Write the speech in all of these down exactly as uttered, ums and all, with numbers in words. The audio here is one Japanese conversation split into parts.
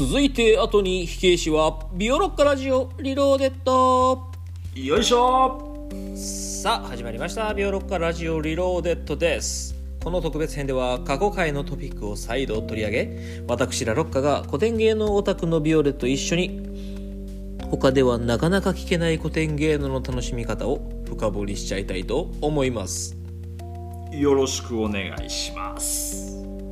続いて後に火消しはビオロッカラジオリローデッド。 よいしょ。 さあ始まりましたビオロッカラジオリローデッドです。この特別編では過去回のトピックを再度取り上げ、私らロッカが古典芸能オタクのビオレと一緒に他ではなかなか聞けない古典芸能の楽しみ方を深掘りしちゃいたいと思います。 よろしくお願いします。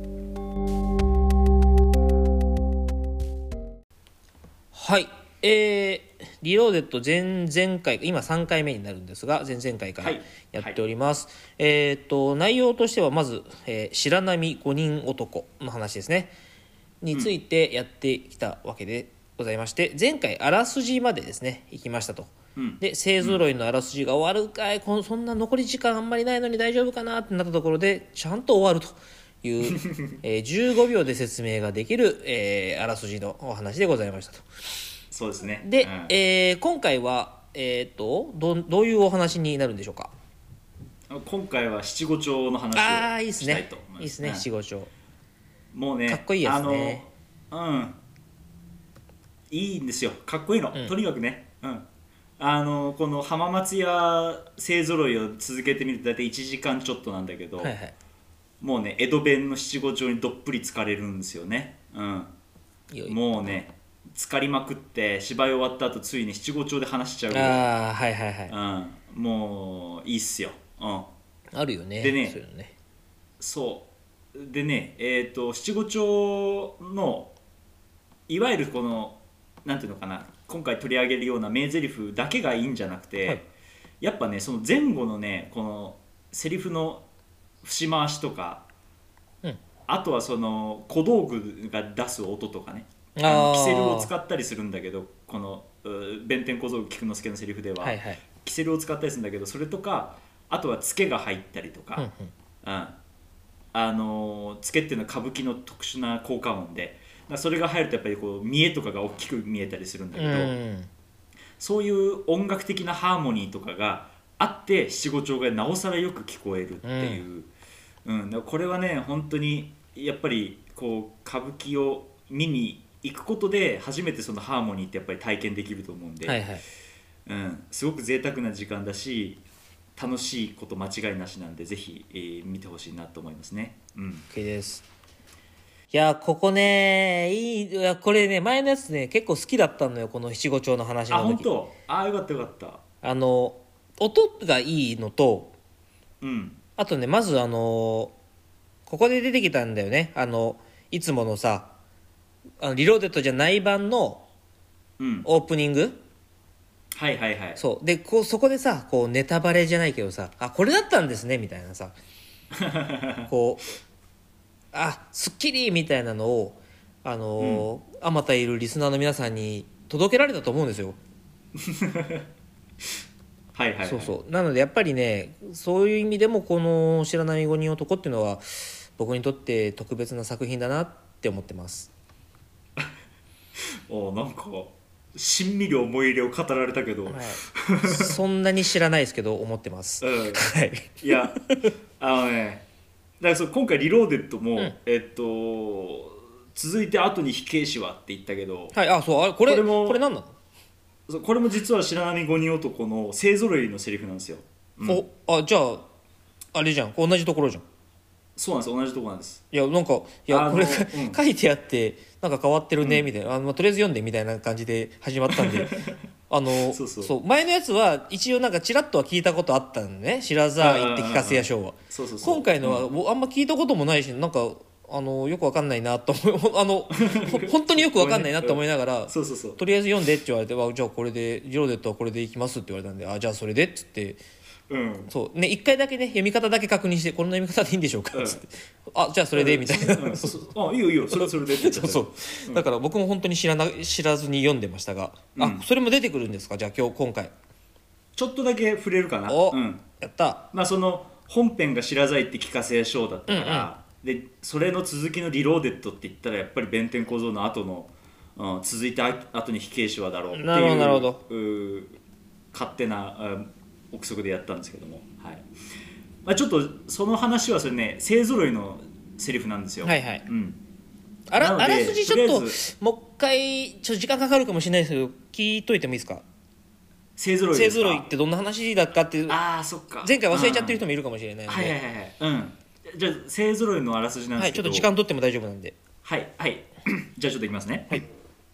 はい、えー、リローデッド前々回今さんかいめになるんですが、前々回からやっております、はいはい、えーと内容としてはまず、えー、白波五人男の話ですねについてやってきたわけでございまして、うん、前回あらすじまでですね行きましたと、うん、で勢ぞろいのあらすじが終わるかい、このそんな残り時間あんまりないのに大丈夫かなってなったところでちゃんと終わるという、えー、じゅうごびょうで説明ができる、えー、あらすじのお話でございましたと。 そうですね。 で、 うん、 えー、今回は、えー、と ど, どういうお話になるんでしょうか。 今回は七五調の話をしたいと思います。 あーいいですね、いいですね、七五調もうねかっこいいやつね。 あのうんいいんですよ、かっこいいの、うん、とにかくね、うん、あのこの浜松屋勢ぞろいを続けてみると大体いちじかんちょっとなんだけど、はいはい、もうね江戸弁の七五調にどっぷり浸かれるんですよね、うん、いよいよもうね浸かりまくって芝居終わった後ついに七五調で話しちゃう。 あーはいはいはい、 うん、もういいっすよ、うん、 あるよね。 でね、 そういうのね、 そうでね、えっと七五調のいわゆるこのなんていうのかな、今回取り上げるような名台詞だけがいいんじゃなくて、はい、やっぱねその前後のねこのセリフの節回しとか、うん、あとはその小道具が出す音とかね、あキセルを使ったりするんだけど、この弁天小僧菊之助のセリフでは、はいはい、キセルを使ったりするんだけど、それとかあとはツケが入ったりとか、うんうんうん、あのツケっていうのは歌舞伎の特殊な効果音で、それが入るとやっぱりこう見栄とかが大きく見えたりするんだけど、うん、そういう音楽的なハーモニーとかがあって七五調がなおさらよく聞こえるっていう、うんうん、だからこれはね本当にやっぱりこう歌舞伎を見に行くことで初めてそのハーモニーってやっぱり体験できると思うんで、はいはい、うん、すごく贅沢な時間だし楽しいこと間違いなしなんでぜひ、えー、見てほしいなと思いますね。うん、 OK です。いやここねいい、いやこれね前のやつね結構好きだったのよ、この七五調の話の時。 あ本当？あよかったよかった。 あの音がいいのと、 うん、 あとねまずあのここで出てきたんだよね、あのいつものさあのリローデッドじゃない版のオープニング、うん、 はいはいはい。 そうでこうそこでさこうネタバレじゃないけどさ、あこれだったんですねみたいなさこうあスッキリみたいなのをあのあまたいるリスナーの皆さんに届けられたと思うんですよはいはい、はい、 そうそうなのでやっぱりねそういう意味でもこの白波五人男っていうのは僕にとって特別な作品だなって思ってますおなんかしんみり思い入れを語られたけど、はい、 そんなに知らないですけど思ってます、うんはい、 いやあのねだからそう今回リローデッドも、うん、えっと続いて後に火消しはって言ったけど、 はいあそうあれこれこれもこれ何なの？ そうこれも実は白波五人男の勢ぞろいのセリフなんですよ、 うん、おあじゃああれじゃん同じところじゃん。 そうなんです同じところなんです。 いやなんかいやこれ、うん、書いてあってなんか変わってるねみたいな、うん、あのとりあえず読んでみたいな感じで始まったんであのそうそうそう前のやつは一応なんかチラッとは聞いたことあったんね、白沢行って聞かせやしょうは。そうそうそう今回のは、うん、あんま聞いたこともないしなんかあのよくわかんないなと思うあの本当によくわかんないなと思いながらそうそうそうとりあえず読んでって言われてじゃあこれでジローデットはこれでいきますって言われたんであじゃあそれでっつってうん、そうね一回だけね読み方だけ確認してこの読み方でいいんでしょうかっつって、うん、あじゃあそれでみたいな、うん、そうそうあいいよいいよそれそれでそうそう、うん、だから僕も本当に知らな知らずに読んでましたが、うん、あそれも出てくるんですか。じゃあ今日今回ちょっとだけ触れるかな。 お、 うん、 やったまあその本編が白沢って聞かせやしょうだったから、うんうん、でそれの続きのリローデッドって言ったらやっぱり弁天小僧の後の、うん、続いて後に火消しはだろうっていうなるほどなるほど勝手な憶測でやったんですけども、はいまあ、ちょっとその話はそれね勢ぞろいのセリフなんですよ。 はいはい、 うん、 あらあらすじちょっととりあえずもう一回ちょっと時間かかるかもしれないですけど聞いといてもいいですか。 勢ぞろいですか。 勢ぞろいってどんな話だかっていうああそっか前回忘れちゃってる人もいるかもしれないので、 はいはいはいはいうんじゃあ勢ぞろいのあらすじなんはい、 ですけど、 ちょっと時間取っても大丈夫なんで。 はいはいじゃあちょっといきますね。 はい。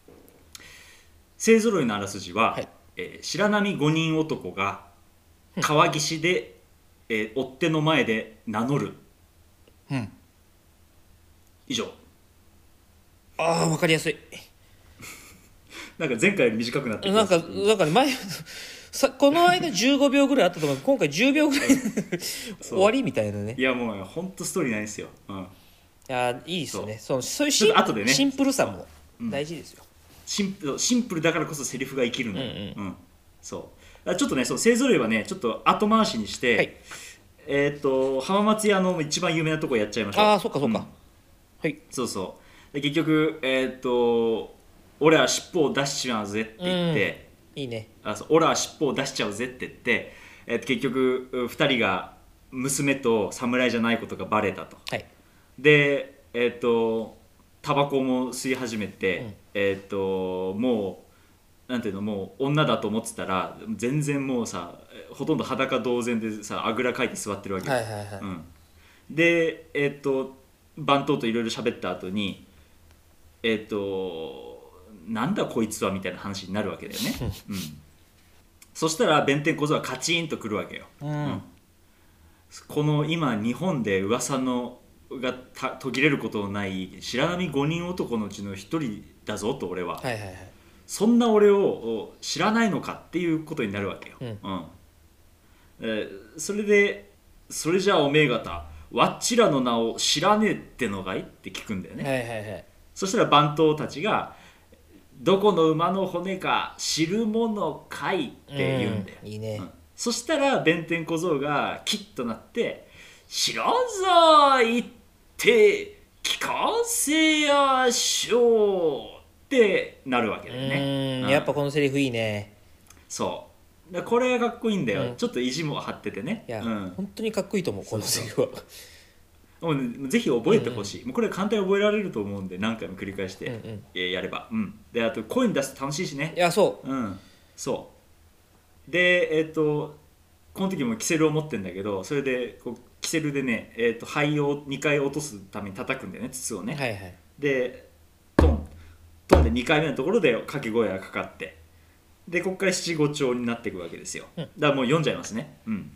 勢ぞろいのあらすじは、 はいえー白波五人男が川岸で、えー追っ手の前で名乗る。 うん以上。 ああ分かりやすい。 なんか前回より短くなってきなんかますなんかね前さこの間じゅうごびょうぐらいあったと思う今回じゅうびょうぐらい終わりみたいなね。 いやもうほんとストーリーないですよ、うん、 いやいいですよね。そうそういうちシン,、 ょっと後でねシンプルさも大事ですよ。 シンプルシンプルだからこそセリフが生きるのよ、 うんうんうんそうだからちょっとねそう勢ぞろいはねちょっと後回しにして、 はいえっ、と浜松屋の一番有名なとこやっちゃいましょう。 ああそっかそっか、 うんはいそうそうで結局えっ、と俺は尻尾を出しちまうぜって言って、 いいね。 あそう俺は尻尾を出しちゃうぜって言って、えーと結局ふたりが娘と侍じゃないことがバレたと。 はいでえっ、とタバコも吸い始めて、 うんえっ、ともうなんていうのもう女だと思ってたら全然もうさほとんど裸同然でさあぐらかいて座ってるわけよ、 はいはいはい、 うん、でえっ、と番頭といろいろ喋った後にえっ、となんだこいつはみたいな話になるわけだよね、うん、そしたら弁天小僧はカチンとくるわけよ、 うんうんこの今日本で噂のがた途切れることのない白波五人男のうちの一人だぞと俺は、 はいはいはいそんな俺を知らないのかっていうことになるわけよ、 うんうんえーそれでそれじゃあおめえ方わっちらの名を知らねえってのかいって聞くんだよね、 はいはいはいそしたら番頭たちがどこの馬の骨か知るものかいって言うんだよ、 うんいいね、 うんそしたら弁天小僧がキッとなって知らざいって聞かせやしょうってなるわけだよね。 うんやっぱこのセリフいいね。 そうだこれがかっこいいんだよ、 うんちょっと意地も張っててね。 いや、 うん本当にかっこいいと思うこのセリフは。 もうねぜひ覚えてほしい、もうこれ簡単に覚えられると思うんで何回も繰り返して、 うんうんえーやれば、うん、であと声に出すと楽しいしね。 いやそうんそうでえっ、とこの時もキセルを持ってるんだけどそれでこうキセルでね、えー、と灰をにかい落とすために叩くんだよね筒をうね、 はいはいでトントンでにかいめのところで掛け声がかかってでここから七五調になっていくわけですよ、 うんだからもう読んじゃいますね。うん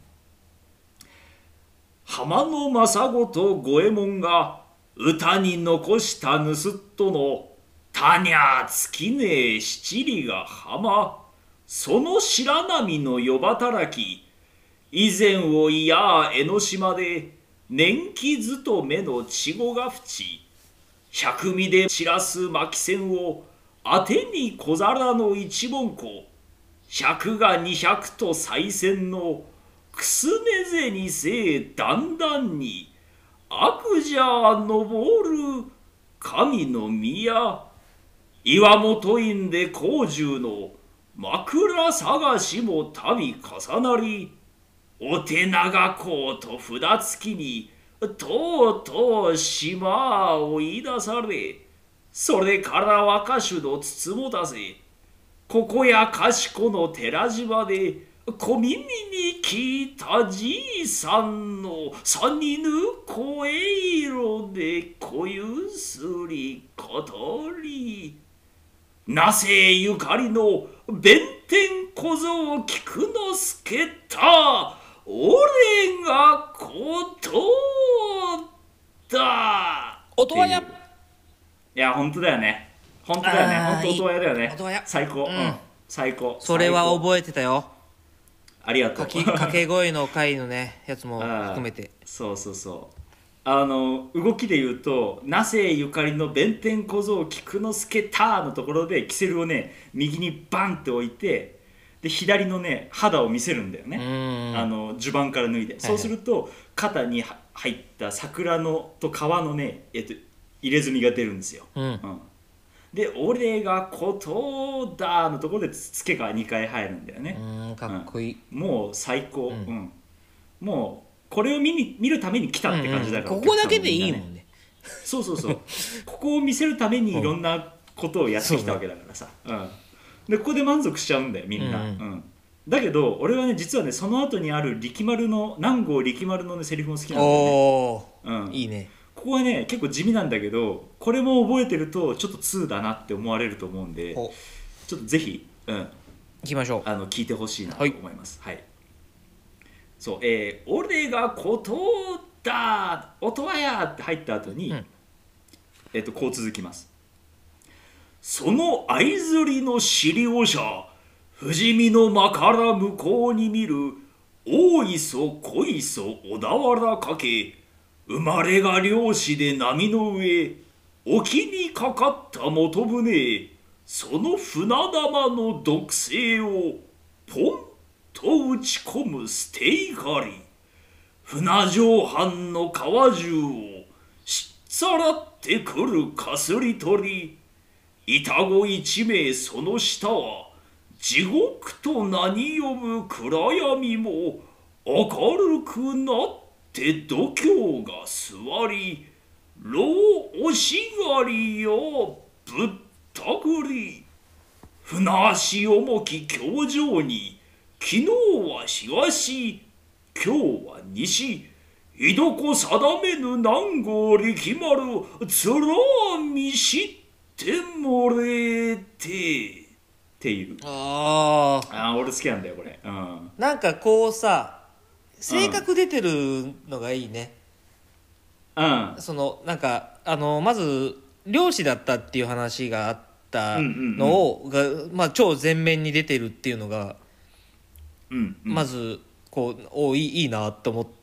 浜の政子と五右衛門が歌に残した盗っ人のたにゃ尽きねえ七里が浜その白波の夜働き以前をいや江ノ島で年季勤めの稚児が淵百味で散らす巻線を当てに小皿の一文庫百が二百と再銭のくすねぜにせえだんだんに悪じゃ登る神の宮岩本院で甲州の枕探しも度重なりお手長公と札付きにとうとう島を追い出されそれから若衆の筒も出せここや賢の寺島で小耳に聞いたじいさんのさにぬ声色で小ゆすり語りなせゆかりの弁天小僧菊之助た俺がことだ音羽屋。 いや本当だよね本当だよねあー本当音羽屋だよね音羽屋最高、 うんうん、最高それは最高覚えてたよ。 ありがとうかき掛け声の回のねやつも含めて。 そうそうそうあの動きで言うとなせゆかりの弁天小僧菊之助たのところでキセルをね右にバンって置いてで左のね肌を見せるんだよね、あの襦袢から脱いで、そうすると肩に入った桜のと皮のね、えっと、入れ墨が出るんですよ、 うんうんで「俺がことだ」のところでつけがにかい入るんだよね。 うんかっこいい、 うんもう最高、 うんうんもうこれを見に見るために来たって感じだから、 うんうんここだけでいいもんね。 そうそうそうここを見せるためにいろんなことをやってきたわけだからさ、うん、でここで満足しちゃうんだよみんな、うんうん、だけど俺はね実はねその後にある力丸の南郷力丸の、ね、セリフも好きなんだよね。 おー、 うん、 いいね。 ここはね結構地味なんだけどこれも覚えてるとちょっとにだなって思われると思うんでちょっとぜひ、うん、 行きましょう。 あの聞いてほしいなと思います。はい、はい、そう、えー、俺がことだ音羽やって入った後に、うん、えっとこう続きます。その相づりの尻尾者不死身の間から向こうに見る大磯小磯小田原かけ生まれが漁師で波の上沖にかかった元船その船玉の毒性をポンと打ち込む捨ていかり船上藩の川中をしっさらってくるかすり取り板子一名その下は地獄と何呼ぶ暗闇も明るくなって度胸が座り老押し狩りをぶったくり船足重き教場に昨日は東今日は西いどこ定めぬ南郷力丸つらみしてもれてっていうああ俺好きなんだよこれ、うん、 なんかこうさ性格出てるのがいいね、 うん、 そのなんかあのまず漁師だったっていう話があったのを、うんうんうん、がまあ、超前面に出てるっていうのが、 うんうん、 まずこうおいいいいなと思って、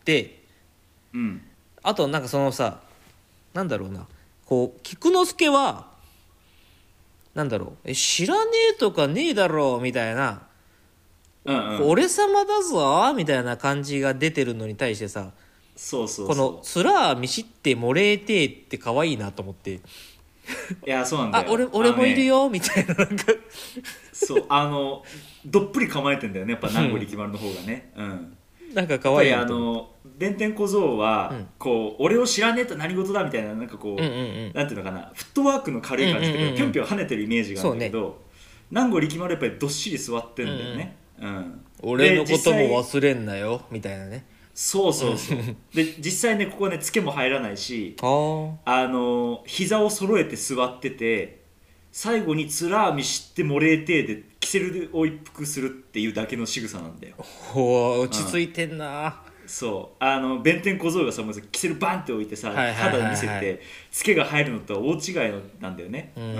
うん、 あとなんかそのさなんだろうなこう菊之助はなんだろうえ知らねえとかねえだろうみたいな、 うんうん、 俺様だぞみたいな感じが出てるのに対してさそうそうそうこのつら見知ってもれえてって可愛いなと思っていやそうなんだよあ俺俺もいるよ、ね、みたいななんかそうあのどっぷり構えてんだよねやっぱ南郷力丸の方がね、うん、 なんか可愛いやっぱりあの弁天小僧は、うん、こう俺を知らねえと何事だみたいななんかこう、 うんうんうん、 なんていうのかなフットワークの軽い感じで、うんうんうん、ぴょんぴょん跳ねてるイメージがあるんだけど、ね、南郷力丸やっぱりどっしり座ってんだよね、うんうんうん、 俺のことも忘れんなよみたいなねそうそうそうで実際ねここねツケも入らないしあの膝を揃えて座ってて最後につらみ知ってもれえてでキセルを一服するっていうだけの仕草なんだよ。 お落ち着いてんな、 うん、そうあの弁天小僧がさまずキセルバンって置いてさ、はいはいはいはい、肌見せてツケが入るのとは大違いのなんだよね。 うん、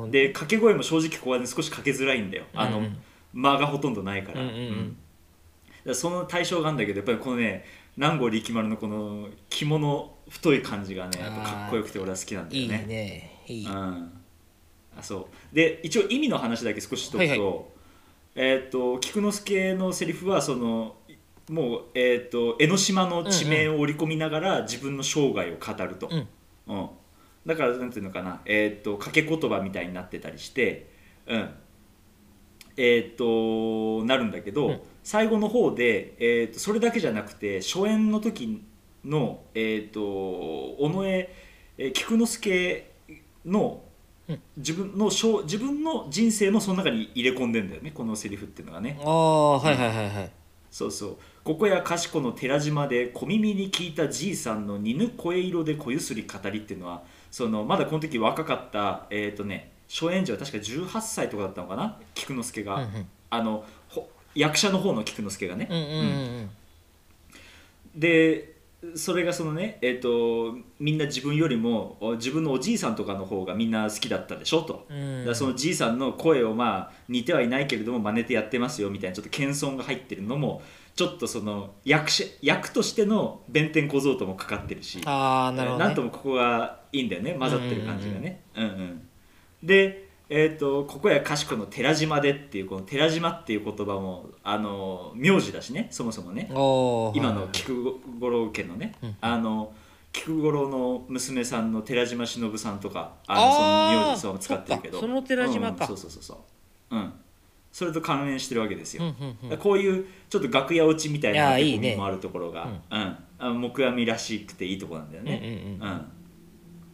うん、で掛け声も正直ここはね少しかけづらいんだよあの、うん、間がほとんどないから、うんうんうん、だその対象があるんだけどやっぱりこのね南郷力丸のこの着物太い感じがねやっぱかっこよくて俺は好きなんだよね。 いいねいい、 うん、あそうで一応意味の話だけ少ししとくと、はいはい、えー、と菊之助のセリフはそのもう、えー、と江ノ島の地名を織り込みながら自分の生涯を語ると、うんうん、だからなんていうのかな、えー、と掛け言葉みたいになってたりして、うんえー、となるんだけど、うん、最後の方で、えー、とそれだけじゃなくて初演の時の、えー、と尾上、えー、菊之助の自分の自分の人生もその中に入れ込んでんだよねこのセリフっていうのがね。 ああはいはいはいはい、 そうそうここやかしこの寺島で小耳に聞いたじいさんの似ぬ声色で小ゆすり語りっていうのはそのまだこの時若かったえっ、ー、とね初演時は確かじゅうはっさいとかだったのかな菊之助が、うんうん、あの役者の方の菊之助がね、うんうんうんうん、でそれがそのね、えーと、みんな自分よりも自分のおじいさんとかの方がみんな好きだったでしょと、うん、だからそのじいさんの声をまあ似てはいないけれども真似てやってますよみたいなちょっと謙遜が入ってるのもちょっとその 役, 者役としての弁天小僧ともかかってるしあーなるほどね、 なんともここがいいんだよね混ざってる感じがね、うんうんうん、でえー、とここやかしこの寺島でっていうこの寺島っていう言葉もあの名字だしねそもそもね今の菊五郎家のね、はいはい、あの菊五郎の娘さんの寺島しのぶさんとかあのその名字を使ってるけどその寺島か、 うん、そうそうそうそううんそれと関連してるわけですよ、うんうんうん、こういうちょっと楽屋落ちみたいなもあるところがいい、ねうんうん、あの木阿弥らしくていいところなんだよね、うんうんうんうん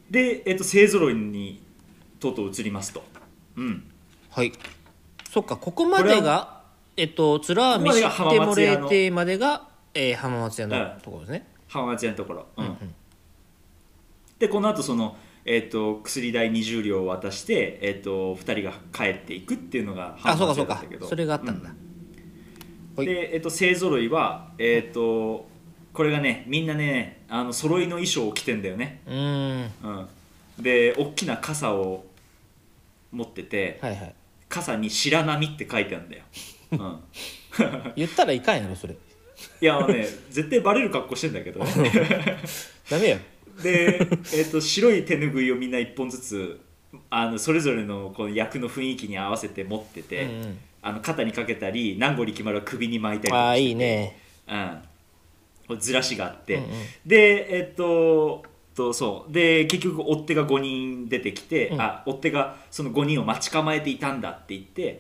で、えっと、勢ぞろいにとうとう移りますと。うん、 はい。そっか、ここまでがえっと面見知ってもれてまでが、えー、浜松屋のところですね、 うん、浜松屋のところ、うんうん、でこの後その、えー、と薬代にじゅうりょうを渡して、えー、とふたりが帰っていくっていうのが浜松屋だったけど、あ、そうかそうか、それがあったんだ、 うん、で、えー、と勢ぞろいは、えー、とこれがねみんなねあの揃いの衣装を着てんだよね。 うん、うん、 で大きな傘を持ってて、 はいはい、 傘に白波って書いてあるんだよ、うん、 言ったらいかんやろそれ。 いやね絶対バレる格好してんだけどねダメよ。 で、えー、と白い手ぬぐいをみんないっぽんずつあのそれぞれのこの役の雰囲気に合わせて持ってて、うんうん、あの肩にかけたり南郷力丸は首に巻いたりとかしてて、 あ、いいね、 うん、ずらしがあって、うんうん、でえっ、ー、ととそうで結局追っ手がごにん出てきて、うん、あ追っ手がそのごにんを待ち構えていたんだって言って、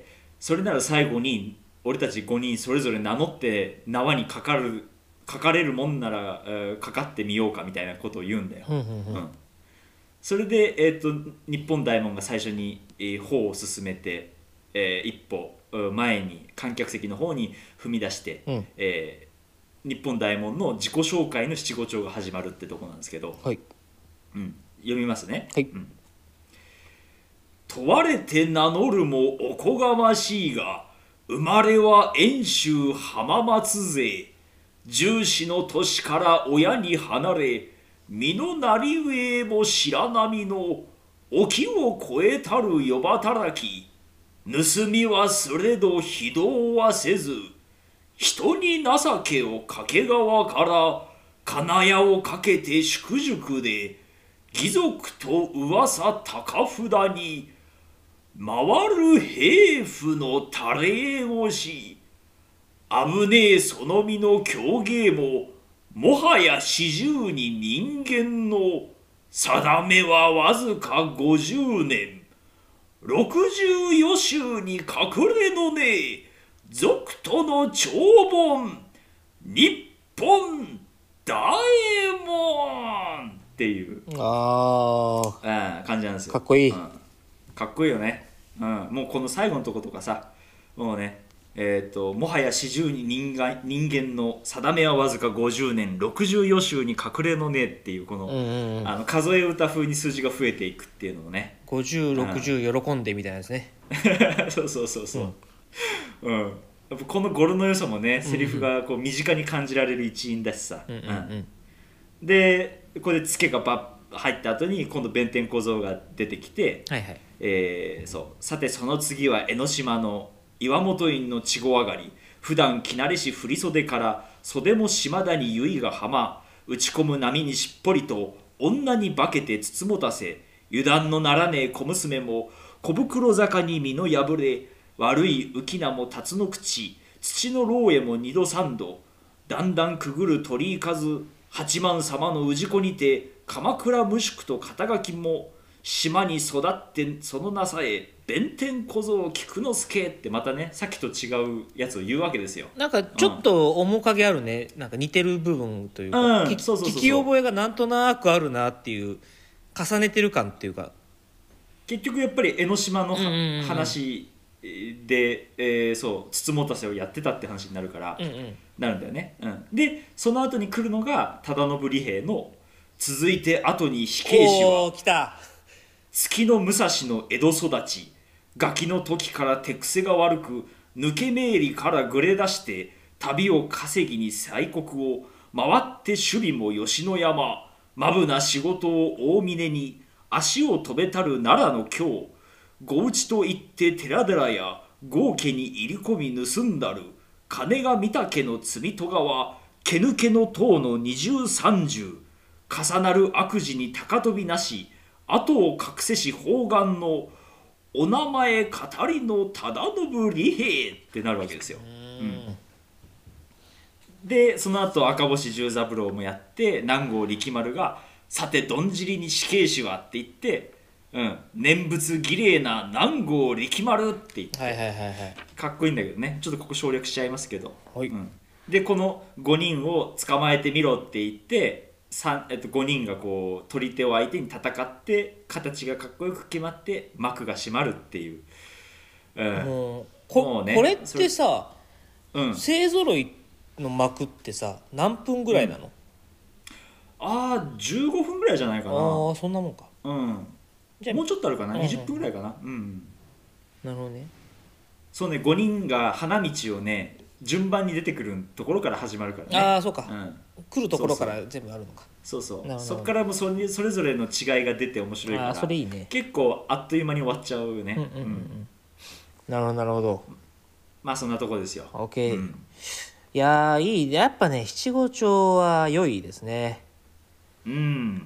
それなら最後に俺たちごにんそれぞれ名乗って縄にかかるかかれるもんなら、えー、かかってみようかみたいなことを言うんだよ、うんうんうん、それで、えー、と日本大門が最初に、えー、歩を進めて、えー、一歩前に観客席の方に踏み出して、うん、えー日本大門の自己紹介の七五調が始まるってとこなんですけど、 はい、 うん、読みますね、 はい、 うん、問われて名乗るもおこがましいが、生まれは遠州浜松勢、十四の年から親に離れ、身のなり上も白波の沖を越えたる夜働き、盗みはすれど非道はせず、人に情けを掛川から金屋をかけて粛々で、義賊と噂高札に回る兵符の垂れ越し、危ねえその身の狂芸ももはや四十に人間の定めはわずか五十年、六十余州に隠れのねえ賊との長本日本大門っていうああ感じなんですよ。 かっこいい、うん、 かっこいいよね、うん、もうこの最後のとことかさ、もうねえー、ともはや四十に人間人間の定めはわずかごじゅうねん、六十余州に隠れのねっていうこの、うんうんうん、あの数え歌風に数字が増えていくっていうのをね、 ごじゅう、ろくじゅう喜んでみたいなですねそうそうそうそう、うん、うん、やっぱこの語呂の良さもね、セリフがこう身近に感じられる一因だしさ、うんうんうん、でこれでツケがバッ入った後に今度弁天小僧が出てきて、 はいはい、 えー、そうさてその次は江ノ島の岩本院の稚児上がり、普段着慣れし振袖から袖も島田に結がはま、打ち込む波にしっぽりと女に化けてつつもたせ、油断のならねえ小娘も小袋坂に身の破れ、悪い浮名も辰の口、土の牢へも二度三度、だんだんくぐる鳥居数、八幡様の氏子にて鎌倉無宿と肩書きも、島に育ってそのなさえ弁天小僧菊之助ってまたねさっきと違うやつを言うわけですよ。 なんかちょっと面影あるね、うん、なんか似てる部分というか、うん、聞き覚えがなんとなくあるなっていう重ねてる感っていうか、 結局やっぱり江ノ島の、うんうんうん、話で、えー、そうつつもたせをやってたって話になるから、うんうん、なるんだよね、うん、でその後に来るのが忠信利兵の続いて後に死刑囚は来た月の武蔵の江戸育ち、ガキの時から手癖が悪く、抜けめりからぐれ出して旅を稼ぎに西国を回って守備も吉野山、まぶな仕事を大峰に足を飛べたる奈良の京、ごうちと言って寺寺や豪家に入り込み盗んだる金が見たけの罪戸川、毛抜けの塔の二重三重、重なる悪事に高飛びなし、後を隠せし方眼のお名前語りの忠信利兵ってなるわけですよ。うん、でその後赤星十三郎もやって南郷力丸がさてどんじりに死刑囚はって言って、うん、念仏儀礼な南郷力丸って言って、 はいはいはいはい、 かっこいいんだけどね、ちょっとここ省略しちゃいますけど、 はい、 うん、でこのごにんを捕まえてみろって言ってさん、えっと、ごにんがこう取り手を相手に戦って形がかっこよく決まって幕が閉まるっていう、うん、 もうこもう、ね、これってさ、うん、勢ぞろいの幕ってさ何分ぐらいなの、うん、 ああじゅうごふんぐらいじゃないかな。 ああそんなもんか。 うん、じゃもうちょっとあるかな、うんうん、にじゅっぷんぐらいかな。うん、 なるほどね。 そうね、ごにんが花道をね順番に出てくるところから始まるからね。 ああそうか、うん、来るところから全部あるのか。 そうそうそう、そっからもそれそれぞれの違いが出て面白いから、 あそれいいね。 結構あっという間に終わっちゃうね。 うんうんうんうん、なるほどなるほど。 まあそんなとこですよ。 OK、うん、いやいいやっぱね七五調は良いですね。 うん、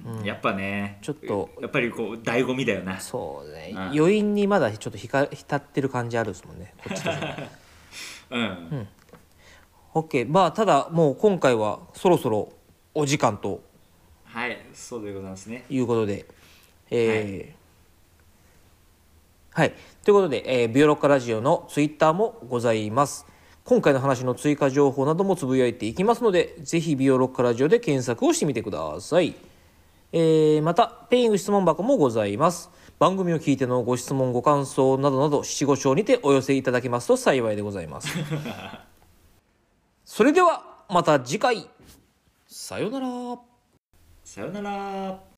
うん、やっぱねちょっとやっぱりこう醍醐味だよな。 そうね、うん、余韻にまだちょっと浸ってる感じあるですもんねこっちとうん、うん、OK。 まあただもう今回はそろそろお時間とはいそうでございますねいうことで、えー、はい、はい、ということで、えー、ビオロッカラジオのツイッターもございます。今回の話の追加情報などもつぶやいていきますので、ぜひビオロッカラジオで検索をしてみてください。えー、またペイング質問箱もございます。番組を聞いてのご質問ご感想などなど七五調にてお寄せいただけますと幸いでございますそれではまた次回、さよなら。 さよなら。